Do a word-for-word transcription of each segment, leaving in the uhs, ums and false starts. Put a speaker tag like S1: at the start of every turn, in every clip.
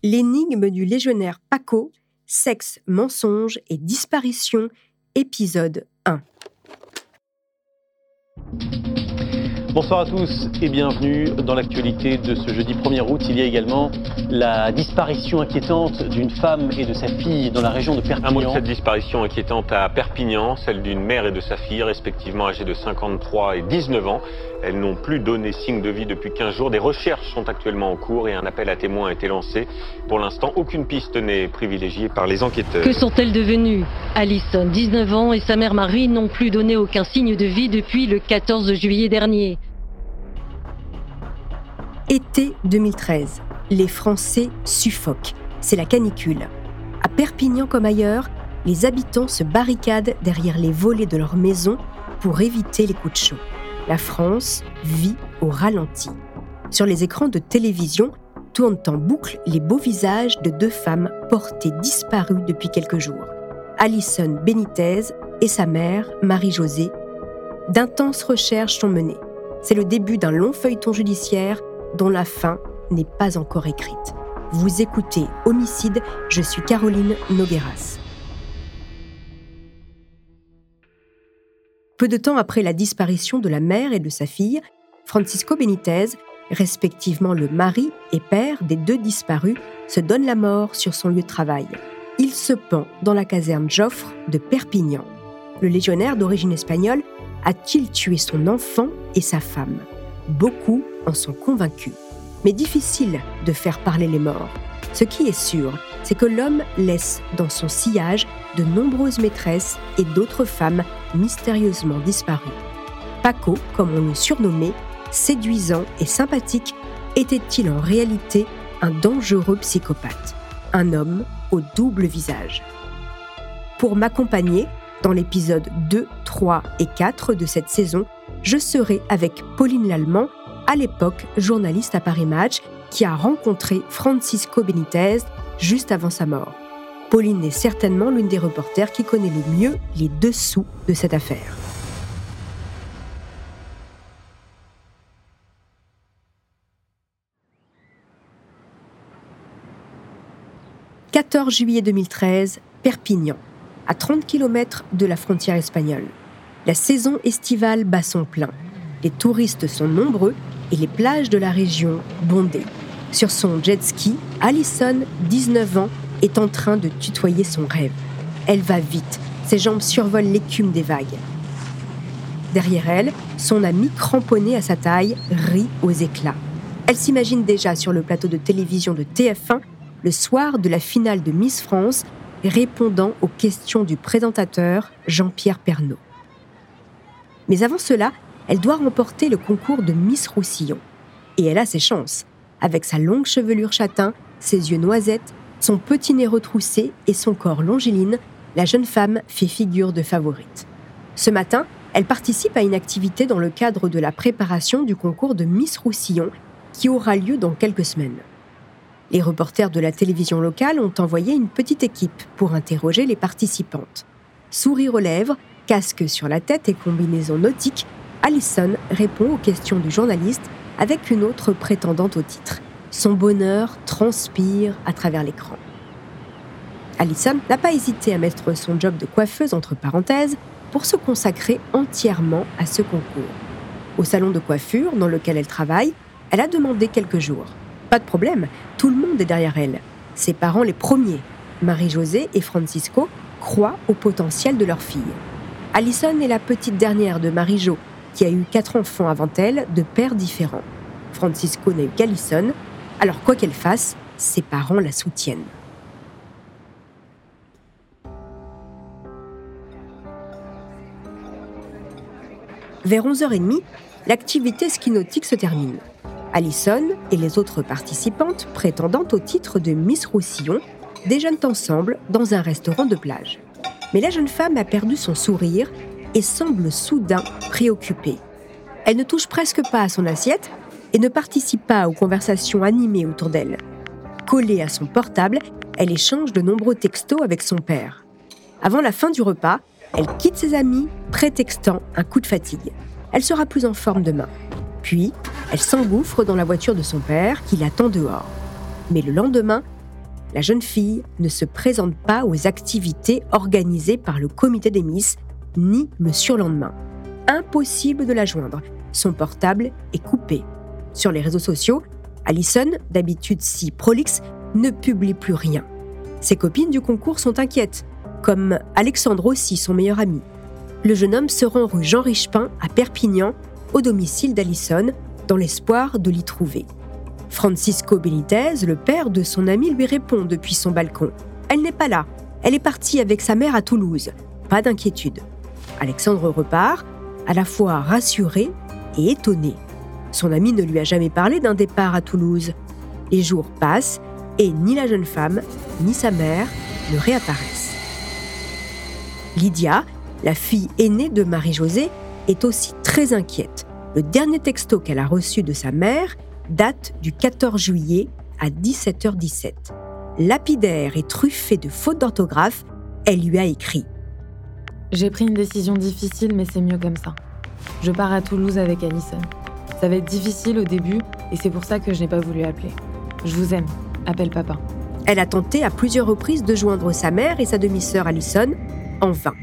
S1: L'énigme du légionnaire Paco, sexe, mensonge et disparition, épisode un.
S2: Bonsoir à tous et bienvenue dans l'actualité de ce jeudi premier août. Il y a également la disparition inquiétante d'une femme et de sa fille dans la région de Perpignan.
S3: Un mot de cette disparition inquiétante à Perpignan, celle d'une mère et de sa fille, respectivement âgées de cinquante-trois et dix-neuf ans. Elles n'ont plus donné signe de vie depuis quinze jours. Des recherches sont actuellement en cours et un appel à témoins a été lancé. Pour l'instant, aucune piste n'est privilégiée par les enquêteurs.
S4: Que sont-elles devenues ? Alison, dix-neuf ans, et sa mère Marie n'ont plus donné aucun signe de vie depuis le quatorze juillet dernier.
S1: Été deux mille treize. Les Français suffoquent. C'est la canicule. À Perpignan comme ailleurs, les habitants se barricadent derrière les volets de leur maison pour éviter les coups de chaud. La France vit au ralenti. Sur les écrans de télévision, tournent en boucle les beaux visages de deux femmes portées disparues depuis quelques jours. Alison Benitez et sa mère, Marie-Josée. D'intenses recherches sont menées. C'est le début d'un long feuilleton judiciaire dont la fin n'est pas encore écrite. Vous écoutez Homicide, je suis Caroline Nogueras. Peu de temps après la disparition de la mère et de sa fille, Francisco Benitez, respectivement le mari et père des deux disparus, se donne la mort sur son lieu de travail. Il se pend dans la caserne Joffre de Perpignan. Le légionnaire d'origine espagnole a-t-il tué son enfant et sa femme ? Beaucoup en sont convaincus. Mais difficile de faire parler les morts. Ce qui est sûr, c'est que l'homme laisse dans son sillage de nombreuses maîtresses et d'autres femmes mystérieusement disparues. Paco, comme on le surnommait, séduisant et sympathique, était-il en réalité un dangereux psychopathe, un homme au double visage ? Pour m'accompagner dans l'épisode deux, trois et quatre de cette saison, je serai avec Pauline Lallemand, à l'époque journaliste à Paris Match, qui a rencontré Francisco Benitez juste avant sa mort. Pauline est certainement l'une des reporters qui connaît le mieux les dessous de cette affaire. quatorze juillet deux mille treize, Perpignan, à trente kilomètres de la frontière espagnole. La saison estivale bat son plein. Les touristes sont nombreux et les plages de la région bondées. Sur son jet ski, Alison, dix-neuf ans, est en train de tutoyer son rêve. Elle va vite, ses jambes survolent l'écume des vagues. Derrière elle, son ami cramponné à sa taille rit aux éclats. Elle s'imagine déjà sur le plateau de télévision de T F un, le soir de la finale de Miss France, répondant aux questions du présentateur Jean-Pierre Pernaut. Mais avant cela, elle doit remporter le concours de Miss Roussillon. Et elle a ses chances. Avec sa longue chevelure châtain, ses yeux noisettes, son petit nez retroussé et son corps longiligne, la jeune femme fait figure de favorite. Ce matin, elle participe à une activité dans le cadre de la préparation du concours de Miss Roussillon qui aura lieu dans quelques semaines. Les reporters de la télévision locale ont envoyé une petite équipe pour interroger les participantes. Sourire aux lèvres, casque sur la tête et combinaison nautique, Alison répond aux questions du journaliste avec une autre prétendante au titre. Son bonheur transpire à travers l'écran. Alison n'a pas hésité à mettre son job de coiffeuse entre parenthèses pour se consacrer entièrement à ce concours. Au salon de coiffure dans lequel elle travaille, elle a demandé quelques jours. Pas de problème, tout le monde est derrière elle. Ses parents les premiers, Marie-Josée et Francisco, croient au potentiel de leur fille. Alison est la petite dernière de Marie-Jo, qui a eu quatre enfants avant elle, de pères différents. Francisco n'a eu qu'Alison, alors quoi qu'elle fasse, ses parents la soutiennent. Vers onze heures trente, l'activité ski nautique se termine. Alison et les autres participantes, prétendantes au titre de Miss Roussillon, déjeunent ensemble dans un restaurant de plage. Mais la jeune femme a perdu son sourire et semble soudain préoccupée. Elle ne touche presque pas à son assiette et ne participe pas aux conversations animées autour d'elle. Collée à son portable, elle échange de nombreux textos avec son père. Avant la fin du repas, elle quitte ses amis, prétextant un coup de fatigue. Elle sera plus en forme demain. Puis, elle s'engouffre dans la voiture de son père qui l'attend dehors. Mais le lendemain, la jeune fille ne se présente pas aux activités organisées par le comité des Miss, ni le surlendemain. Impossible de la joindre. Son portable est coupé. Sur les réseaux sociaux, Alison, d'habitude si prolixe, ne publie plus rien. Ses copines du concours sont inquiètes, comme Alexandre aussi, son meilleur ami. Le jeune homme se rend rue Jean Richepin à Perpignan, au domicile d'Alison, dans l'espoir de l'y trouver. Francisco Benitez, le père de son ami, lui répond depuis son balcon. Elle n'est pas là, elle est partie avec sa mère à Toulouse. Pas d'inquiétude. Alexandre repart, à la fois rassuré et étonné. Son ami ne lui a jamais parlé d'un départ à Toulouse. Les jours passent et ni la jeune femme, ni sa mère ne réapparaissent. Lydia, la fille aînée de Marie-Josée, est aussi très inquiète. Le dernier texto qu'elle a reçu de sa mère date du quatorze juillet à dix-sept heures dix-sept. Lapidaire et truffée de fautes d'orthographe, elle lui a écrit
S5: « J'ai pris une décision difficile, mais c'est mieux comme ça. Je pars à Toulouse avec Alison. Ça va être difficile au début et c'est pour ça que je n'ai pas voulu appeler. Je vous aime, appelle papa. »
S1: Elle a tenté à plusieurs reprises de joindre sa mère et sa demi-sœur Alison, en vain.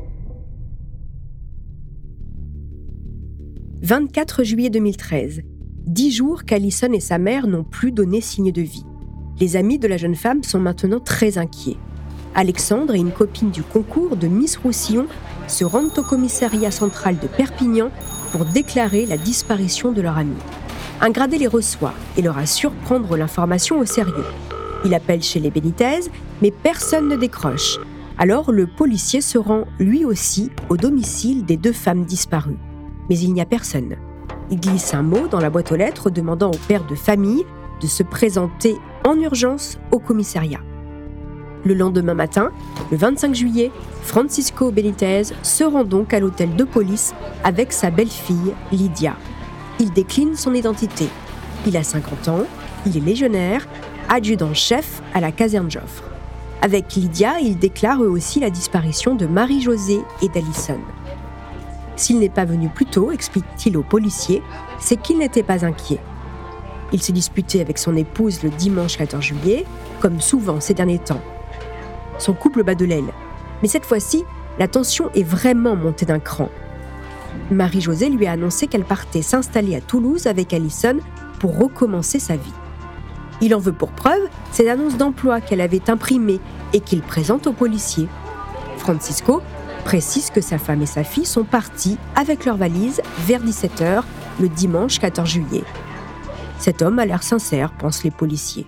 S1: vingt-quatre juillet deux mille treize. Dix jours qu'Alison et sa mère n'ont plus donné signe de vie. Les amis de la jeune femme sont maintenant très inquiets. Alexandre et une copine du concours de Miss Roussillon se rendent au commissariat central de Perpignan pour déclarer la disparition de leur amie. Un gradé les reçoit et leur assure prendre l'information au sérieux. Il appelle chez les Benitez, mais personne ne décroche. Alors le policier se rend lui aussi au domicile des deux femmes disparues. Mais il n'y a personne. Il glisse un mot dans la boîte aux lettres demandant au père de famille de se présenter en urgence au commissariat. Le lendemain matin, le vingt-cinq juillet, Francisco Benitez se rend donc à l'hôtel de police avec sa belle-fille Lydia. Il décline son identité. Il a cinquante ans, il est légionnaire, adjudant-chef à la caserne Joffre. Avec Lydia, il déclare eux aussi la disparition de Marie-Josée et d'Alison. S'il n'est pas venu plus tôt, explique-t-il aux policiers, c'est qu'il n'était pas inquiet. Il s'est disputé avec son épouse le dimanche quatorze juillet, comme souvent ces derniers temps. Son couple bat de l'aile. Mais cette fois-ci, la tension est vraiment montée d'un cran. Marie-Josée lui a annoncé qu'elle partait s'installer à Toulouse avec Alison pour recommencer sa vie. Il en veut pour preuve cette annonce d'emploi qu'elle avait imprimée et qu'il présente aux policiers. Francisco précise que sa femme et sa fille sont partis avec leurs valises vers dix-sept heures le dimanche quatorze juillet. Cet homme a l'air sincère, pensent les policiers.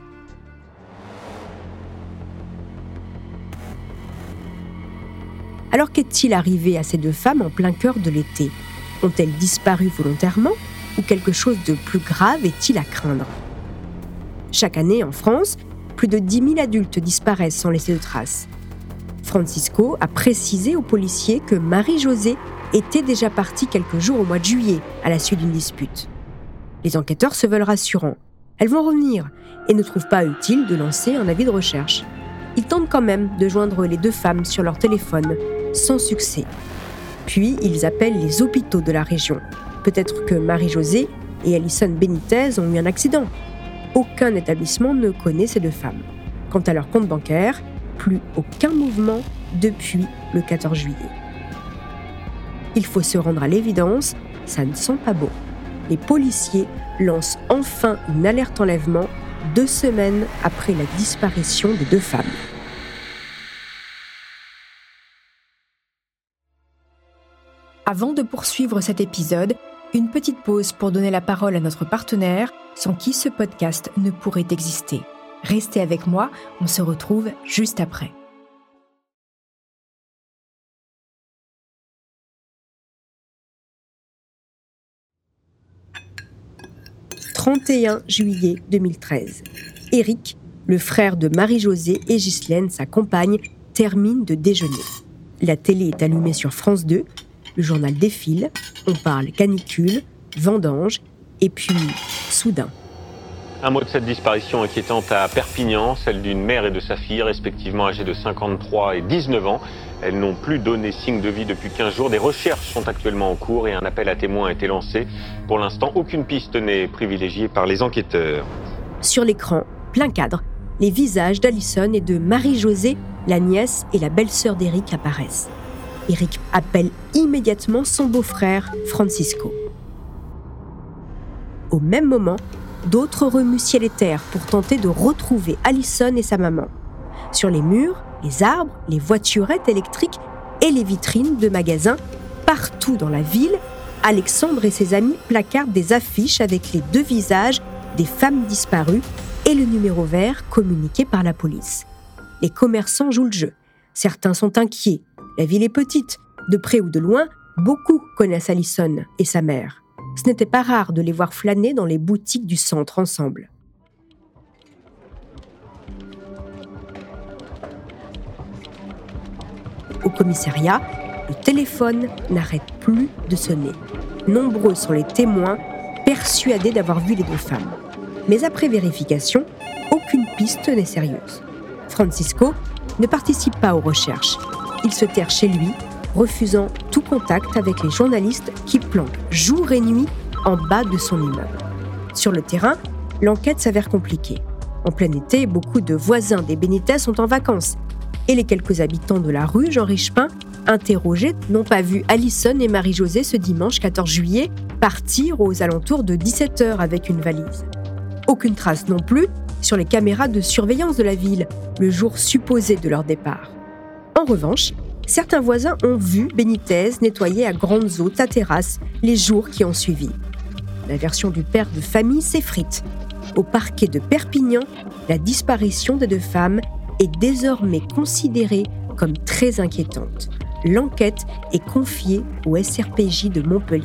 S1: Alors qu'est-il arrivé à ces deux femmes en plein cœur de l'été ? Ont-elles disparu volontairement ou quelque chose de plus grave est-il à craindre ? Chaque année en France, plus de dix mille adultes disparaissent sans laisser de traces. Francisco a précisé aux policiers que Marie-Josée était déjà partie quelques jours au mois de juillet à la suite d'une dispute. Les enquêteurs se veulent rassurants. Elles vont revenir et ne trouvent pas utile de lancer un avis de recherche. Ils tentent quand même de joindre les deux femmes sur leur téléphone, sans succès. Puis ils appellent les hôpitaux de la région. Peut-être que Marie-Josée et Alison Benitez ont eu un accident. Aucun établissement ne connaît ces deux femmes. Quant à leur compte bancaire, plus aucun mouvement depuis le quatorze juillet. Il faut se rendre à l'évidence, ça ne sent pas bon. Les policiers lancent enfin une alerte enlèvement deux semaines après la disparition des deux femmes. Avant de poursuivre cet épisode, une petite pause pour donner la parole à notre partenaire, sans qui ce podcast ne pourrait exister. Restez avec moi, on se retrouve juste après. trente et un juillet deux mille treize. Éric, le frère de Marie-Josée et Ghislaine, sa compagne, termine de déjeuner. La télé est allumée sur France deux, le journal défile, on parle canicule, vendange, et puis, soudain.
S3: Un mot de cette disparition inquiétante à Perpignan, celle d'une mère et de sa fille, respectivement âgées de cinquante-trois et dix-neuf ans. Elles n'ont plus donné signe de vie depuis quinze jours. Des recherches sont actuellement en cours et un appel à témoins a été lancé. Pour l'instant, aucune piste n'est privilégiée par les enquêteurs.
S1: Sur l'écran, plein cadre, les visages d'Alison et de Marie-Josée, la nièce et la belle-sœur d'Éric apparaissent. Éric appelle immédiatement son beau-frère, Francisco. Au même moment, d'autres remuent ciel et terre pour tenter de retrouver Alison et sa maman. Sur les murs, les arbres, les voiturettes électriques et les vitrines de magasins, partout dans la ville, Alexandre et ses amis placardent des affiches avec les deux visages des femmes disparues et le numéro vert communiqué par la police. Les commerçants jouent le jeu. Certains sont inquiets. La ville est petite. De près ou de loin, beaucoup connaissent Alison et sa mère. Ce n'était pas rare de les voir flâner dans les boutiques du centre ensemble. Au commissariat, le téléphone n'arrête plus de sonner. Nombreux sont les témoins persuadés d'avoir vu les deux femmes. Mais après vérification, aucune piste n'est sérieuse. Francisco ne participe pas aux recherches. Il se terre chez lui, refusant tout contact avec les journalistes qui planquent jour et nuit en bas de son immeuble. Sur le terrain, l'enquête s'avère compliquée. En plein été, beaucoup de voisins des Benitez sont en vacances et les quelques habitants de la rue Jean Richepin, interrogés, n'ont pas vu Alison et Marie-Josée ce dimanche quatorze juillet partir aux alentours de dix-sept heures avec une valise. Aucune trace non plus sur les caméras de surveillance de la ville, le jour supposé de leur départ. En revanche, certains voisins ont vu Benitez nettoyer à grandes eaux sa terrasse les jours qui ont suivi. La version du père de famille s'effrite. Au parquet de Perpignan, la disparition des deux femmes est désormais considérée comme très inquiétante. L'enquête est confiée au S R P J de Montpellier.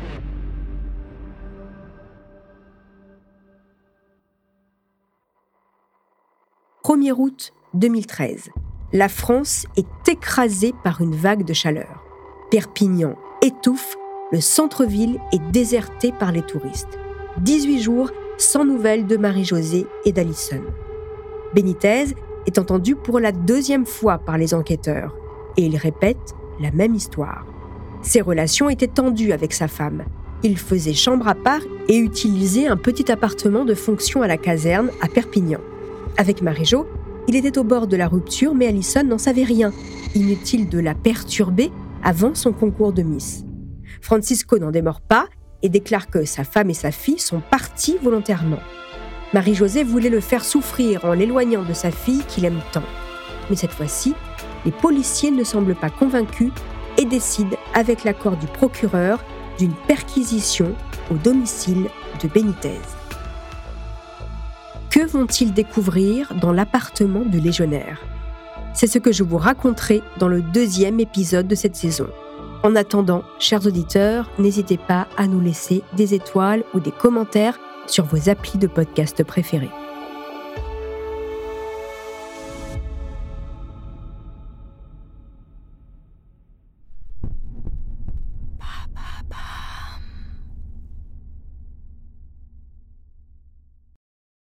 S1: premier août deux mille treize. La France est écrasée par une vague de chaleur. Perpignan étouffe, le centre-ville est déserté par les touristes. dix-huit jours sans nouvelles de Marie-Josée et d'Alison. Benitez est entendu pour la deuxième fois par les enquêteurs et il répète la même histoire. Ses relations étaient tendues avec sa femme. Il faisait chambre à part et utilisait un petit appartement de fonction à la caserne à Perpignan. Avec Marie-Jo, il était au bord de la rupture, mais Alison n'en savait rien. Inutile de la perturber avant son concours de Miss. Francisco n'en démord pas et déclare que sa femme et sa fille sont parties volontairement. Marie-Josée voulait le faire souffrir en l'éloignant de sa fille qu'il aime tant. Mais cette fois-ci, les policiers ne semblent pas convaincus et décident, avec l'accord du procureur, d'une perquisition au domicile de Benitez. Que vont-ils découvrir dans l'appartement du légionnaire ? C'est ce que je vous raconterai dans le deuxième épisode de cette saison. En attendant, chers auditeurs, n'hésitez pas à nous laisser des étoiles ou des commentaires sur vos applis de podcast préférés.